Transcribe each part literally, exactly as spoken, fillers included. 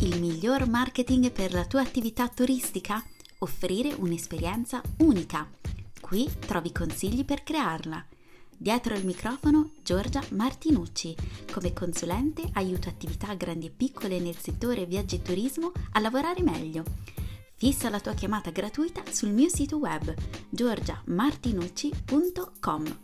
Il miglior marketing per la tua attività turistica? Offrire un'esperienza unica. Qui trovi consigli per crearla. Dietro il microfono Giorgia Martinucci. Come consulente aiuto attività grandi e piccole nel settore viaggi e turismo a lavorare meglio. Fissa la tua chiamata gratuita sul mio sito web giorgia martinucci punto com.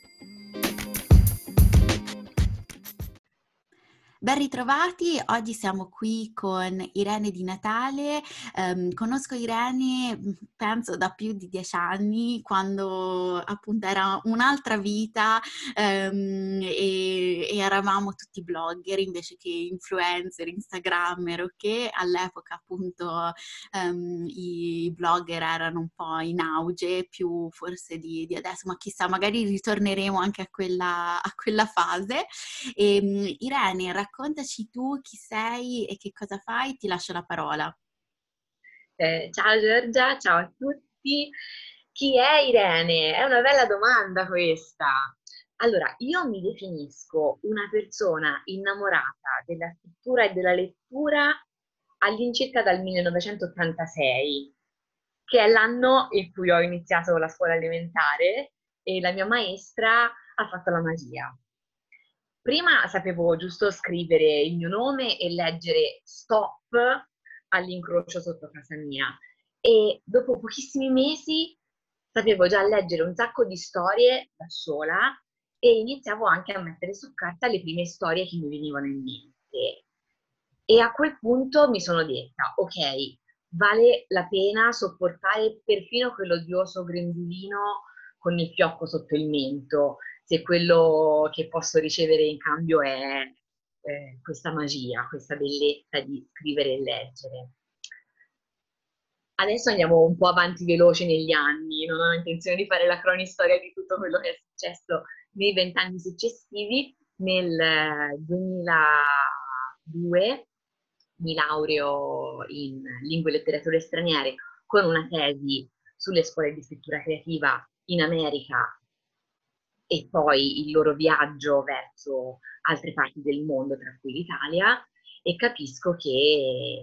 Ben ritrovati, oggi siamo qui con Irene Di Natale. Um, conosco Irene penso da più di dieci anni, quando appunto era un'altra vita um, e, e eravamo tutti blogger invece che influencer, instagrammer, ok? All'epoca appunto um, i blogger erano un po' in auge, più forse di, di adesso, ma chissà, magari ritorneremo anche a quella, a quella fase. E, Irene, raccontaci tu chi sei e che cosa fai, ti lascio la parola. Eh, ciao Giorgia, ciao a tutti. Chi è Irene? È una bella domanda questa. Allora, io mi definisco una persona innamorata della scrittura e della lettura all'incirca dal millenovecentottantasei, che è l'anno in cui ho iniziato la scuola elementare e la mia maestra ha fatto la magia. Prima sapevo giusto scrivere il mio nome e leggere stop all'incrocio sotto casa mia, e dopo pochissimi mesi sapevo già leggere un sacco di storie da sola e iniziavo anche a mettere su carta le prime storie che mi venivano in mente. E a quel punto mi sono detta, ok, vale la pena sopportare perfino quell'odioso grembiulino con il fiocco sotto il mento, se quello che posso ricevere in cambio è eh, questa magia, questa bellezza di scrivere e leggere. Adesso andiamo un po' avanti veloce negli anni, non ho intenzione di fare la cronistoria di tutto quello che è successo nei vent'anni successivi. Nel duemiladue mi laureo in lingue e letterature straniere con una tesi sulle scuole di scrittura creativa in America e poi il loro viaggio verso altre parti del mondo, tra cui l'Italia, e capisco che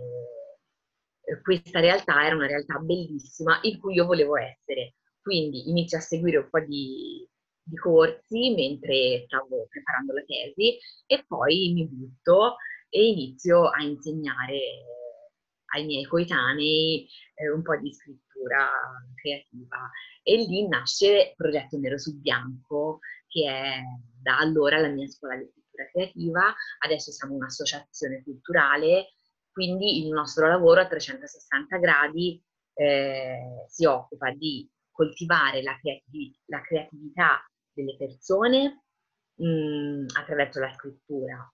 questa realtà era una realtà bellissima in cui io volevo essere. Quindi inizio a seguire un po' di, di corsi mentre stavo preparando la tesi e poi mi butto e inizio a insegnare ai miei coetanei eh, un po' di scrittura creativa. E lì nasce Progetto Nero su Bianco, che è da allora la mia scuola di scrittura creativa. Adesso siamo un'associazione culturale, quindi il nostro lavoro a trecentosessanta gradi eh, si occupa di coltivare la, creativ- la creatività delle persone mh, attraverso la scrittura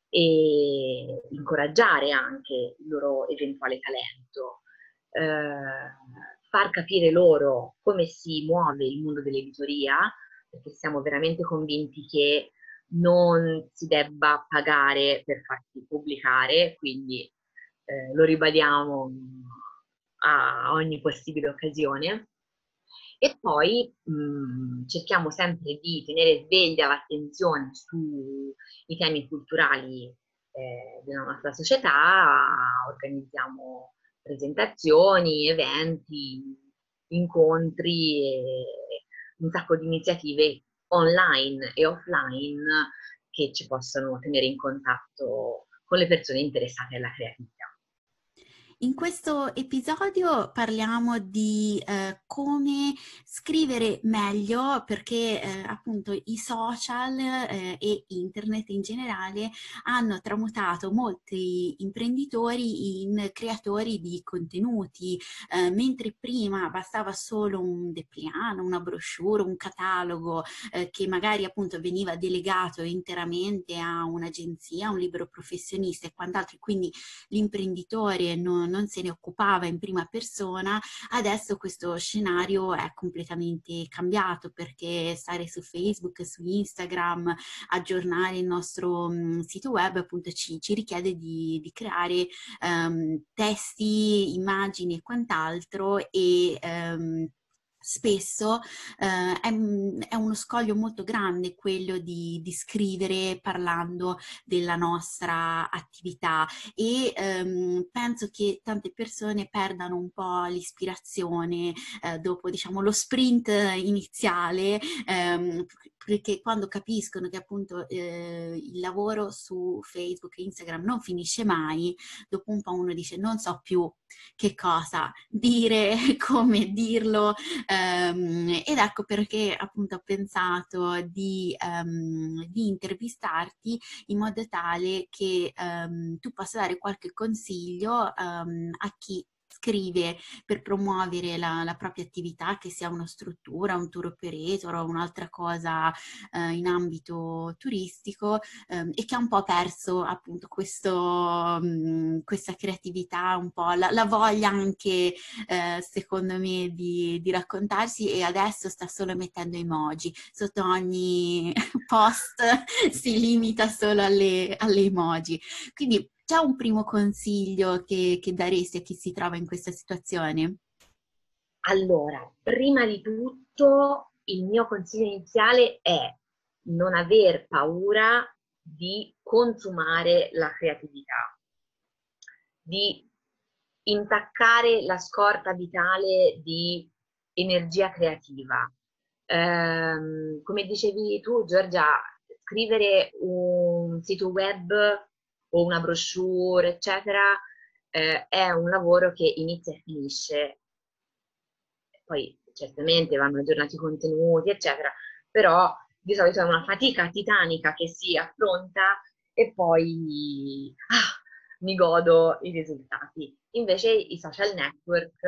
e incoraggiare anche il loro eventuale talento, eh, far capire loro come si muove il mondo dell'editoria, perché siamo veramente convinti che non si debba pagare per farsi pubblicare, quindi eh, lo ribadiamo a ogni possibile occasione. E poi mh, cerchiamo sempre di tenere sveglia l'attenzione sui temi culturali eh, della nostra società, organizziamo presentazioni, eventi, incontri e un sacco di iniziative online e offline che ci possono tenere in contatto con le persone interessate alla creatività. In questo episodio parliamo di eh, come scrivere meglio, perché eh, appunto i social eh, e internet in generale hanno tramutato molti imprenditori in creatori di contenuti, eh, mentre prima bastava solo un dépliant, una brochure, un catalogo eh, che magari appunto veniva delegato interamente a un'agenzia, a un libero professionista e quant'altro, quindi l'imprenditore non non se ne occupava in prima persona. Adesso questo scenario è completamente cambiato, perché stare su Facebook, su Instagram, aggiornare il nostro mh, sito web appunto ci, ci richiede di, di creare um, testi, immagini e quant'altro, e um, spesso eh, è, è uno scoglio molto grande quello di, di scrivere parlando della nostra attività e ehm, penso che tante persone perdano un po' l'ispirazione eh, dopo, diciamo, lo sprint iniziale, ehm, perché quando capiscono che appunto eh, il lavoro su Facebook e Instagram non finisce mai, dopo un po' uno dice non so più che cosa dire, come dirlo, um, ed ecco perché appunto ho pensato di, um, di intervistarti in modo tale che um, tu possa dare qualche consiglio um, a chi scrive per promuovere la, la propria attività, che sia una struttura, un tour operator o un'altra cosa eh, in ambito turistico, ehm, e che ha un po' perso appunto questo, mh, questa creatività, un po' la, la voglia anche eh, secondo me di, di raccontarsi, e adesso sta solo mettendo emoji sotto ogni post, si limita solo alle, alle emoji. Quindi c'è un primo consiglio che, che daresti a chi si trova in questa situazione? Allora, prima di tutto il mio consiglio iniziale è non aver paura di consumare la creatività, di intaccare la scorta vitale di energia creativa. Ehm, come dicevi tu, Giorgia, scrivere un sito web o una brochure, eccetera, eh, è un lavoro che inizia e finisce. Poi certamente vanno aggiornati i contenuti, eccetera, però di solito è una fatica titanica che si affronta e poi ah, mi godo i risultati. Invece i social network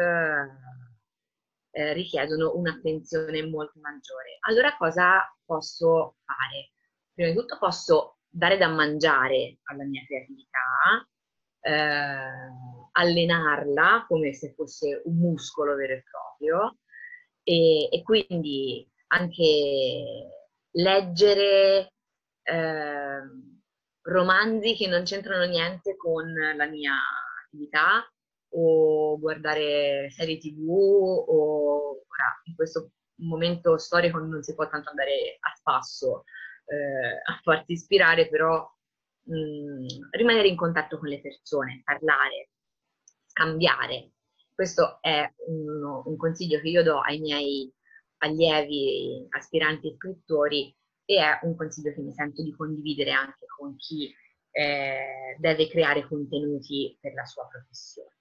eh, richiedono un'attenzione molto maggiore. Allora cosa posso fare? Prima di tutto posso dare da mangiare alla mia creatività, eh, allenarla come se fosse un muscolo vero e proprio e, e quindi anche leggere eh, romanzi che non c'entrano niente con la mia attività o guardare serie T V o ora in questo momento storico non si può tanto andare a spasso eh, a farti ispirare, però mh, rimanere in contatto con le persone, parlare, scambiare. Questo è un, un consiglio che io do ai miei allievi, aspiranti scrittori e è un consiglio che mi sento di condividere anche con chi eh, deve creare contenuti per la sua professione.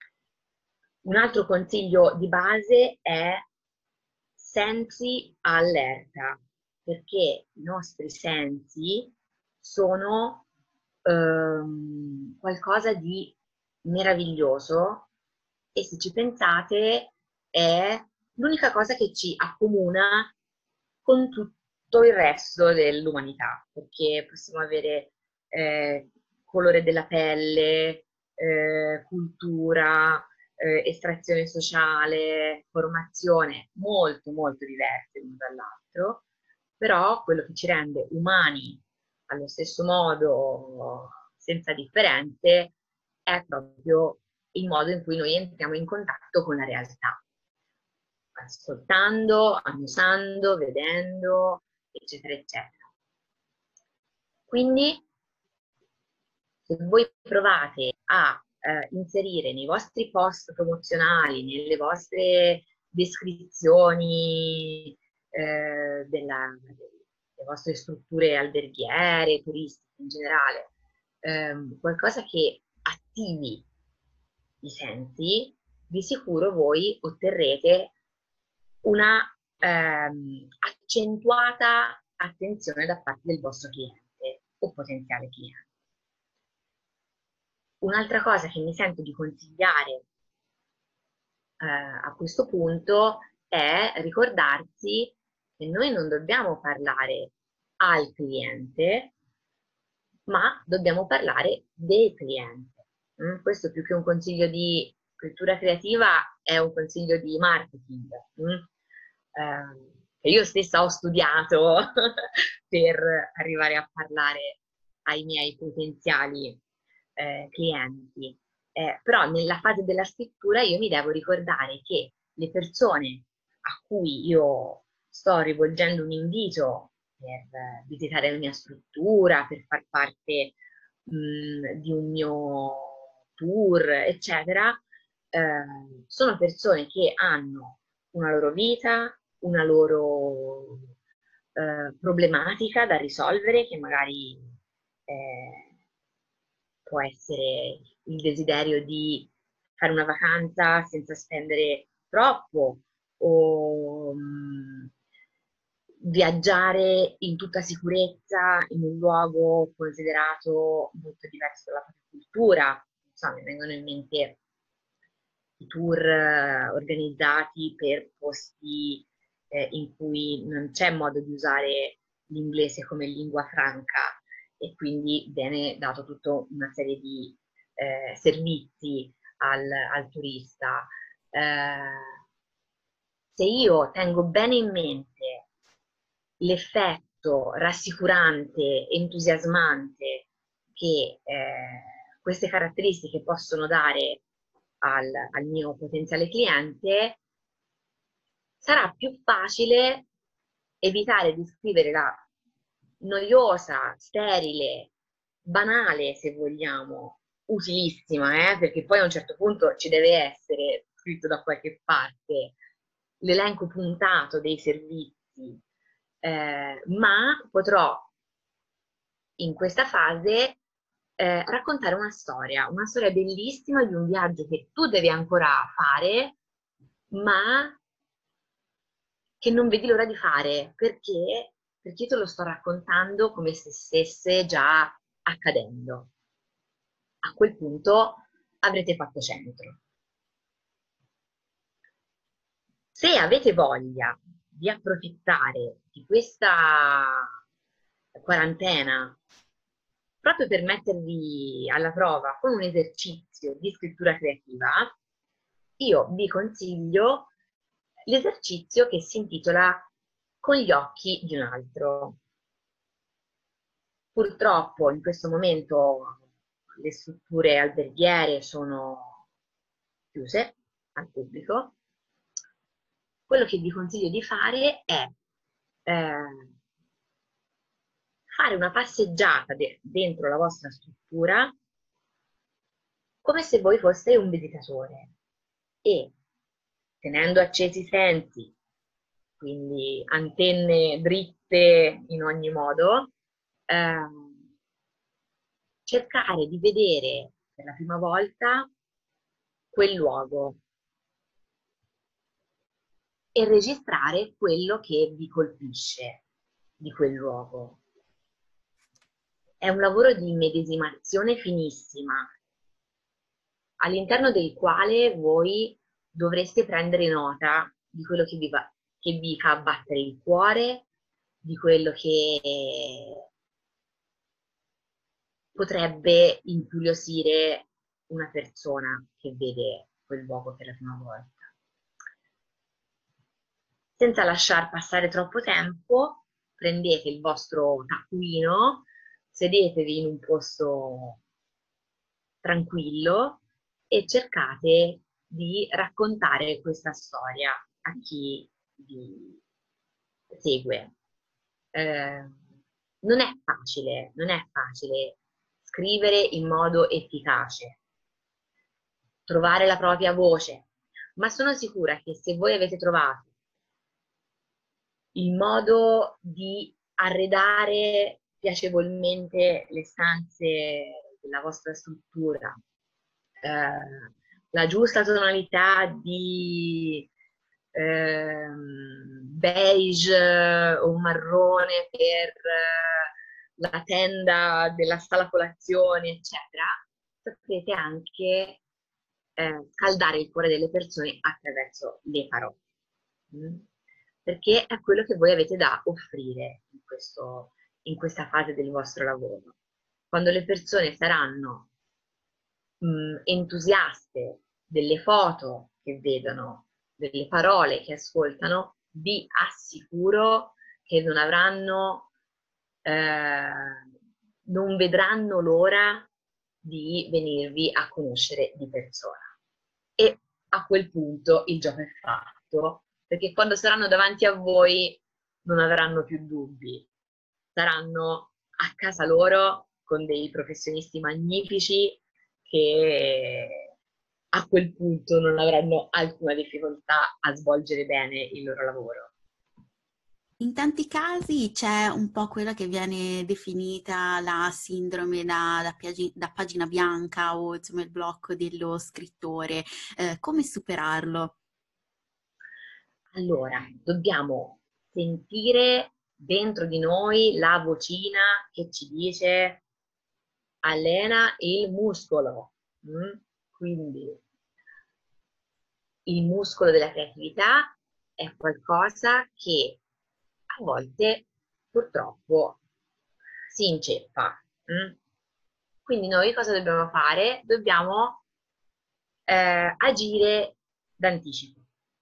Un altro consiglio di base è sensi allerta, perché i nostri sensi sono ehm, qualcosa di meraviglioso e se ci pensate è l'unica cosa che ci accomuna con tutto il resto dell'umanità, perché possiamo avere eh, colore della pelle, eh, cultura, eh, estrazione sociale, formazione molto molto diverse l'uno dall'altro, però quello che ci rende umani allo stesso modo, senza differenze, è proprio il modo in cui noi entriamo in contatto con la realtà, ascoltando, annusando, vedendo, eccetera, eccetera. Quindi, se voi provate a eh, inserire nei vostri post promozionali, nelle vostre descrizioni eh, della, delle vostre strutture alberghiere, turistiche in generale, ehm, qualcosa che attivi i sensi, di sicuro voi otterrete una ehm, accentuata attenzione da parte del vostro cliente o potenziale cliente. Un'altra cosa che mi sento di consigliare eh, a questo punto è ricordarsi che noi non dobbiamo parlare al cliente, ma dobbiamo parlare del cliente. Mm? Questo più che un consiglio di scrittura creativa è un consiglio di marketing, mm? eh, che io stessa ho studiato per arrivare a parlare ai miei potenziali eh, clienti. Eh, però nella fase della scrittura io mi devo ricordare che le persone a cui io sto rivolgendo un invito per visitare la mia struttura, per far parte mh, di un mio tour, eccetera, eh, sono persone che hanno una loro vita, una loro eh, problematica da risolvere, che magari eh, può essere il desiderio di fare una vacanza senza spendere troppo o mh, viaggiare in tutta sicurezza in un luogo considerato molto diverso dalla propria cultura. Non so, mi vengono in mente i tour eh, organizzati per posti eh, in cui non c'è modo di usare l'inglese come lingua franca e quindi viene dato tutta una serie di eh, servizi al, al turista. Eh, se io tengo bene in mente l'effetto rassicurante, entusiasmante che eh, queste caratteristiche possono dare al, al mio potenziale cliente, sarà più facile evitare di scrivere la noiosa, sterile, banale, se vogliamo, utilissima, eh? Perché poi a un certo punto ci deve essere scritto da qualche parte l'elenco puntato dei servizi, eh, ma potrò in questa fase eh, raccontare una storia, una storia bellissima di un viaggio che tu devi ancora fare, ma che non vedi l'ora di fare, perché, perché io te lo sto raccontando come se stesse già accadendo. A quel punto avrete fatto centro. Se avete voglia di approfittare di questa quarantena proprio per mettervi alla prova con un esercizio di scrittura creativa, io vi consiglio l'esercizio che si intitola Con gli occhi di un altro. Purtroppo in questo momento le strutture alberghiere sono chiuse al pubblico. Quello che vi consiglio di fare è eh, fare una passeggiata de- dentro la vostra struttura come se voi foste un visitatore e tenendo accesi i sensi, quindi antenne dritte in ogni modo, ehm, cercare di vedere per la prima volta quel luogo e registrare quello che vi colpisce di quel luogo. È un lavoro di immedesimazione finissima, all'interno del quale voi dovreste prendere nota di quello che vi, va, che vi fa battere il cuore, di quello che potrebbe incuriosire una persona che vede quel luogo per la prima volta. Senza lasciar passare troppo tempo, prendete il vostro taccuino, sedetevi in un posto tranquillo e cercate di raccontare questa storia a chi vi segue. Eh, non è facile, non è facile scrivere in modo efficace, trovare la propria voce, ma sono sicura che se voi avete trovato il modo di arredare piacevolmente le stanze della vostra struttura, eh, la giusta tonalità di ehm, beige o marrone per eh, la tenda della sala colazione, eccetera, saprete anche eh, scaldare il cuore delle persone attraverso le parole. Mm? Perché è quello che voi avete da offrire in, questo, in questa fase del vostro lavoro. Quando le persone saranno mh, entusiaste delle foto che vedono, delle parole che ascoltano, vi assicuro che non avranno, eh, non vedranno l'ora di venirvi a conoscere di persona. E a quel punto il gioco è fatto perché quando saranno davanti a voi non avranno più dubbi, saranno a casa loro con dei professionisti magnifici che a quel punto non avranno alcuna difficoltà a svolgere bene il loro lavoro. In tanti casi c'è un po' quella che viene definita la sindrome da, da, piagi- da pagina bianca o insomma il blocco dello scrittore. Eh, come superarlo? Allora, dobbiamo sentire dentro di noi la vocina che ci dice allena il muscolo. Mm? Quindi il muscolo della creatività è qualcosa che a volte purtroppo si inceppa. Mm? Quindi noi cosa dobbiamo fare? Dobbiamo eh, agire d'anticipo.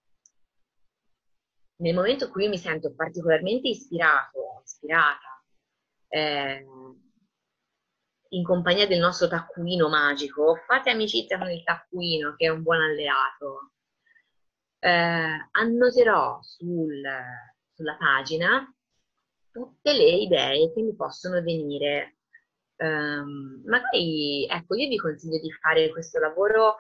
Nel momento in cui mi sento particolarmente ispirato, ispirata, eh, in compagnia del nostro taccuino magico, fate amicizia con il taccuino che è un buon alleato. Eh, annoterò sul, sulla pagina tutte le idee che mi possono venire. Um, magari, ecco, io vi consiglio di fare questo lavoro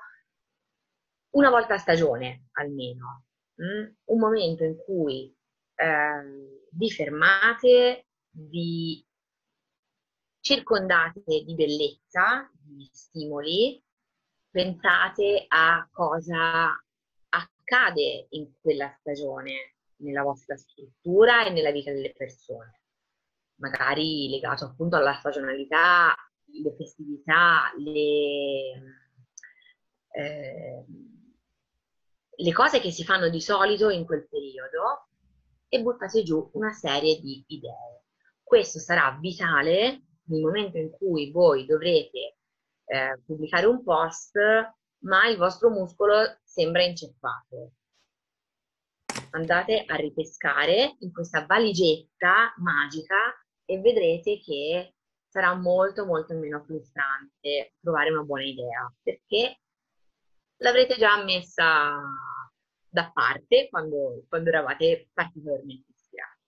una volta a stagione, almeno. Mm? Un momento in cui eh, vi fermate, vi circondate di bellezza, di stimoli, pensate a cosa accade in quella stagione nella vostra struttura e nella vita delle persone, magari legato appunto alla stagionalità, le festività, le, eh, le cose che si fanno di solito in quel periodo e buttate giù una serie di idee. Questo sarà vitale nel momento in cui voi dovrete eh, pubblicare un post, ma il vostro muscolo sembra inceppato. Andate a ripescare in questa valigetta magica e vedrete che sarà molto molto meno frustrante trovare una buona idea, perché l'avrete già messa da parte quando, quando eravate particolarmente ispirati.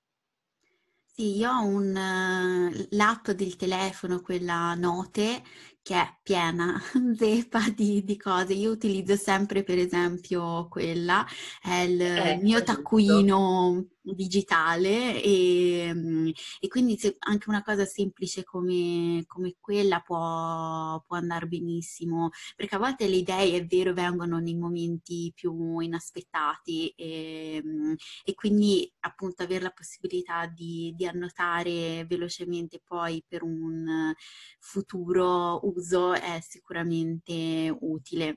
Sì, io ho un, eh, l'app del telefono, quella Note, che è piena zeppa di, di cose. Io utilizzo sempre, per esempio, quella, è il mio Ecco, giusto. taccuino digitale e, mm, e quindi se anche una cosa semplice come, come quella può, può andare benissimo, perché a volte le idee, è vero, vengono nei momenti più inaspettati e, mm, e quindi appunto avere la possibilità di, di annotare velocemente poi per un futuro uso è sicuramente utile.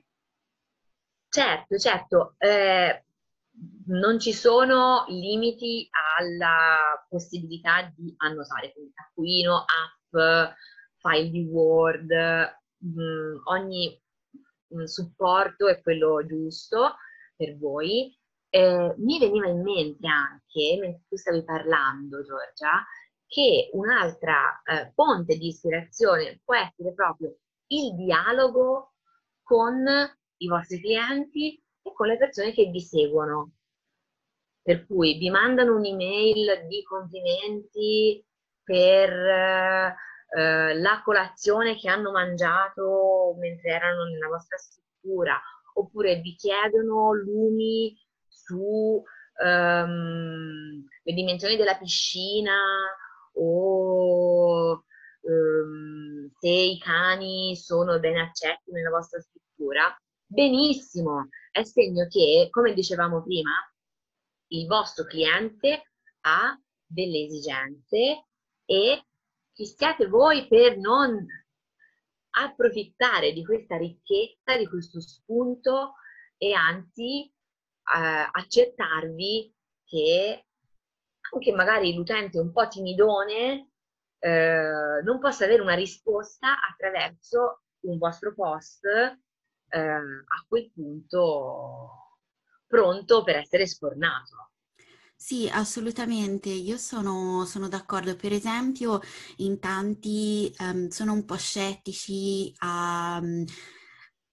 Certo, certo, eh, non ci sono limiti alla possibilità di annotare, quindi taccuino, app, file di Word, mh, ogni mh, supporto è quello giusto per voi. Eh, mi veniva in mente anche, mentre tu stavi parlando, Giorgia, che un'altra eh, fonte di ispirazione può essere proprio il dialogo con i vostri clienti e con le persone che vi seguono. Per cui vi mandano un'email di complimenti per eh, la colazione che hanno mangiato mentre erano nella vostra struttura, oppure vi chiedono lumi su ehm, le dimensioni della piscina o ehm, se i cani sono ben accetti nella vostra struttura. Benissimo, è segno che, come dicevamo prima, il vostro cliente ha delle esigenze e chi siete voi per non approfittare di questa ricchezza, di questo spunto e anzi eh, accettarvi che anche magari l'utente un po' timidone eh, non possa avere una risposta attraverso un vostro post eh, a quel punto pronto per essere sfornato. Sì, assolutamente, io sono, sono d'accordo. Per esempio, in tanti ehm, sono un po' scettici a, mm,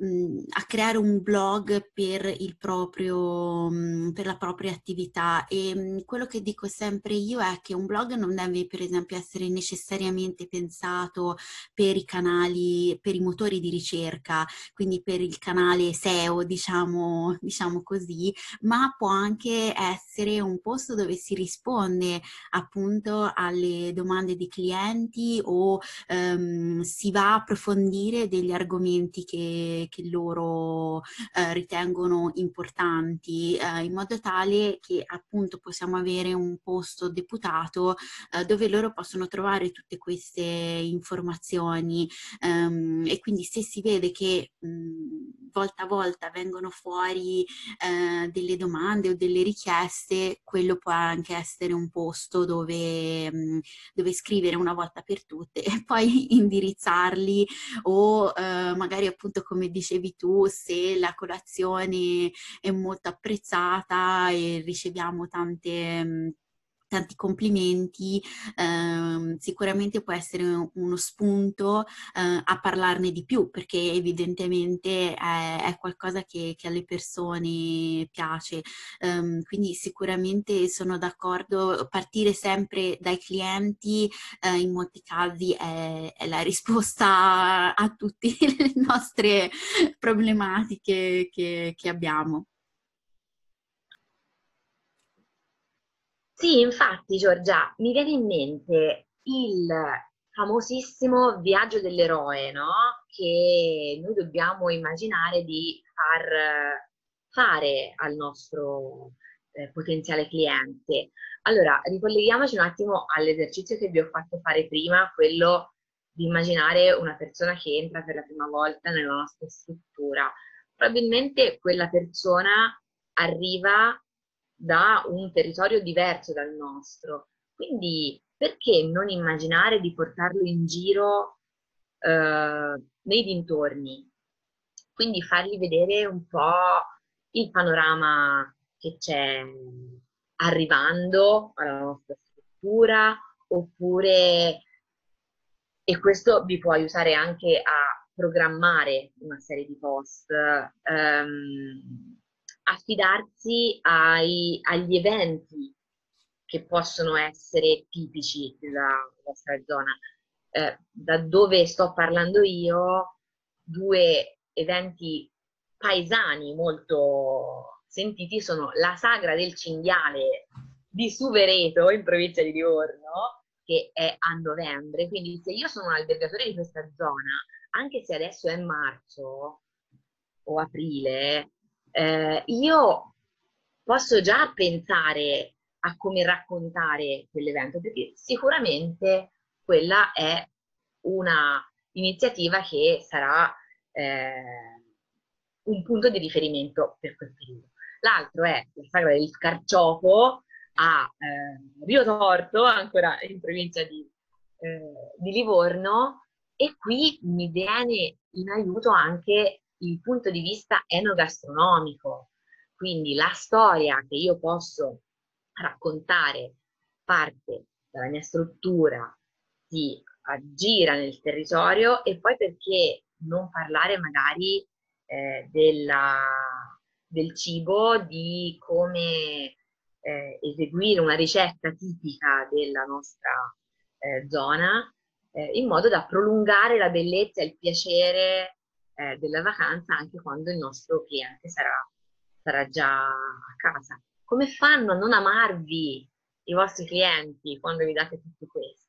mh, a creare un blog per il proprio, mh, per la propria attività. E mh, quello che dico sempre io è che un blog non deve, per esempio, essere necessariamente pensato per i canali, per i motori di ricerca, quindi per il canale S E O, diciamo, diciamo così, ma può anche essere un posto dove si risponde appunto alle domande di clienti o ehm, si va a approfondire degli argomenti che, che loro eh, ritengono importanti, eh, in modo tale che appunto possiamo avere un posto deputato eh, dove loro possono trovare tutte queste informazioni, ehm, e quindi se si vede che mh, volta a volta vengono fuori eh, delle domande o delle richieste, quello può anche essere un posto dove, mh, dove scrivere una volta per tutte e poi indirizzarli o eh, magari appunto come dicevi tu, se la colazione è molto apprezzata e riceviamo tante... mh, tanti complimenti, ehm, sicuramente può essere uno spunto eh, a parlarne di più, perché evidentemente è, è qualcosa che, che alle persone piace. Um, quindi sicuramente sono d'accordo, partire sempre dai clienti eh, in molti casi è, è la risposta a tutte le nostre problematiche che, che abbiamo. Sì, infatti, Giorgia, mi viene in mente il famosissimo viaggio dell'eroe, no? Che noi dobbiamo immaginare di far eh, fare al nostro eh, potenziale cliente. Allora, ricolleghiamoci un attimo all'esercizio che vi ho fatto fare prima, quello di immaginare una persona che entra per la prima volta nella nostra struttura. Probabilmente quella persona arriva da un territorio diverso dal nostro. Quindi perché non immaginare di portarlo in giro eh, nei dintorni? Quindi fargli vedere un po' il panorama che c'è arrivando alla nostra struttura, oppure, e questo vi può aiutare anche a programmare una serie di post, ehm, affidarsi ai- agli eventi che possono essere tipici della vostra zona. Eh, da dove sto parlando io, due eventi paesani molto sentiti sono la sagra del cinghiale di Suvereto in provincia di Livorno, che è a novembre. Quindi se io sono un albergatore di questa zona, anche se adesso è marzo o aprile, eh, io posso già pensare a come raccontare quell'evento, perché sicuramente quella è una iniziativa che sarà eh, un punto di riferimento per quel periodo. L'altro è la sagra del carciofo a eh, Rio Torto, ancora in provincia di, eh, di Livorno, e qui mi viene in aiuto anche il punto di vista enogastronomico, quindi la storia che io posso raccontare parte dalla mia struttura, si aggira nel territorio, e poi perché non parlare magari eh, della, del cibo, di come eh, eseguire una ricetta tipica della nostra eh, zona, eh, in modo da prolungare la bellezza e il piacere eh, della vacanza anche quando il nostro cliente sarà, sarà già a casa. Come fanno a non amarvi i vostri clienti quando vi date tutto questo?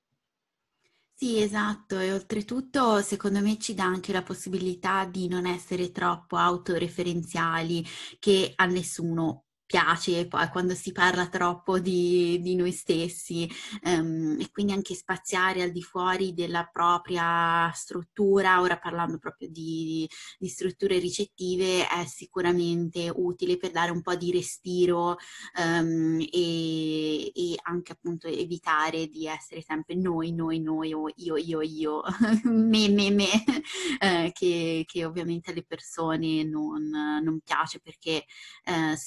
Sì, esatto, e oltretutto secondo me ci dà anche la possibilità di non essere troppo autoreferenziali, che a nessuno piace poi quando si parla troppo di, di noi stessi, ehm, e quindi anche spaziare al di fuori della propria struttura, ora parlando proprio di, di strutture ricettive, è sicuramente utile per dare un po' di respiro ehm, e, e anche appunto evitare di essere sempre noi, noi, noi o io, io, io, me, me, me, eh, che, che ovviamente alle persone non, non piace perché eh, spesso appunto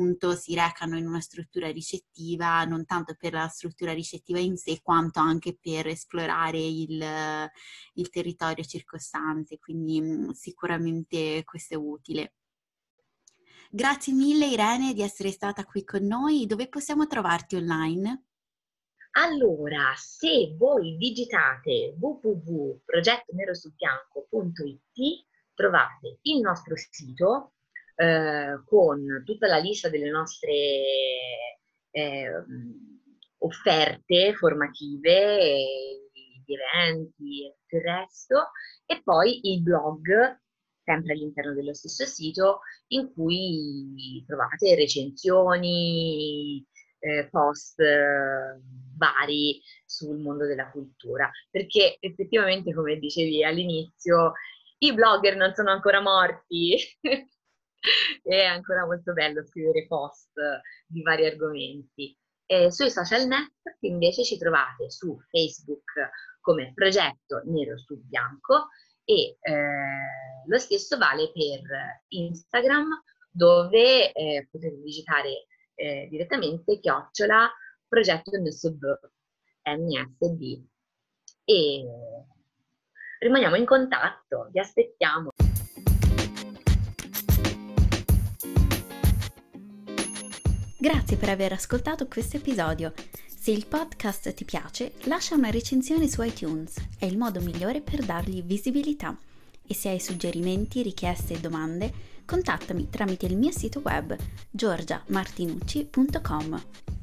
appunto si recano in una struttura ricettiva, non tanto per la struttura ricettiva in sé, quanto anche per esplorare il, il territorio circostante, quindi mh, sicuramente questo è utile. Grazie mille Irene di essere stata qui con noi. Dove possiamo trovarti online? Allora, se voi digitate w w w punto progetto nero su bianco punto i t, trovate il nostro sito eh, con tutta la lista delle nostre eh, offerte formative, e di eventi e tutto il resto, e poi il blog, sempre all'interno dello stesso sito, in cui trovate recensioni, eh, post eh, vari sul mondo della cultura, perché effettivamente, come dicevi all'inizio, i blogger non sono ancora morti. È ancora molto bello scrivere post di vari argomenti. E sui social network invece ci trovate su Facebook come Progetto Nero su Bianco, e eh, lo stesso vale per Instagram, dove eh, potete digitare eh, direttamente chiocciola Progetto N S B, N S B, e rimaniamo in contatto, vi aspettiamo. Grazie per aver ascoltato questo episodio. Se il podcast ti piace, lascia una recensione su iTunes, è il modo migliore per dargli visibilità. E se hai suggerimenti, richieste e domande, contattami tramite il mio sito web giorgia martinucci punto com.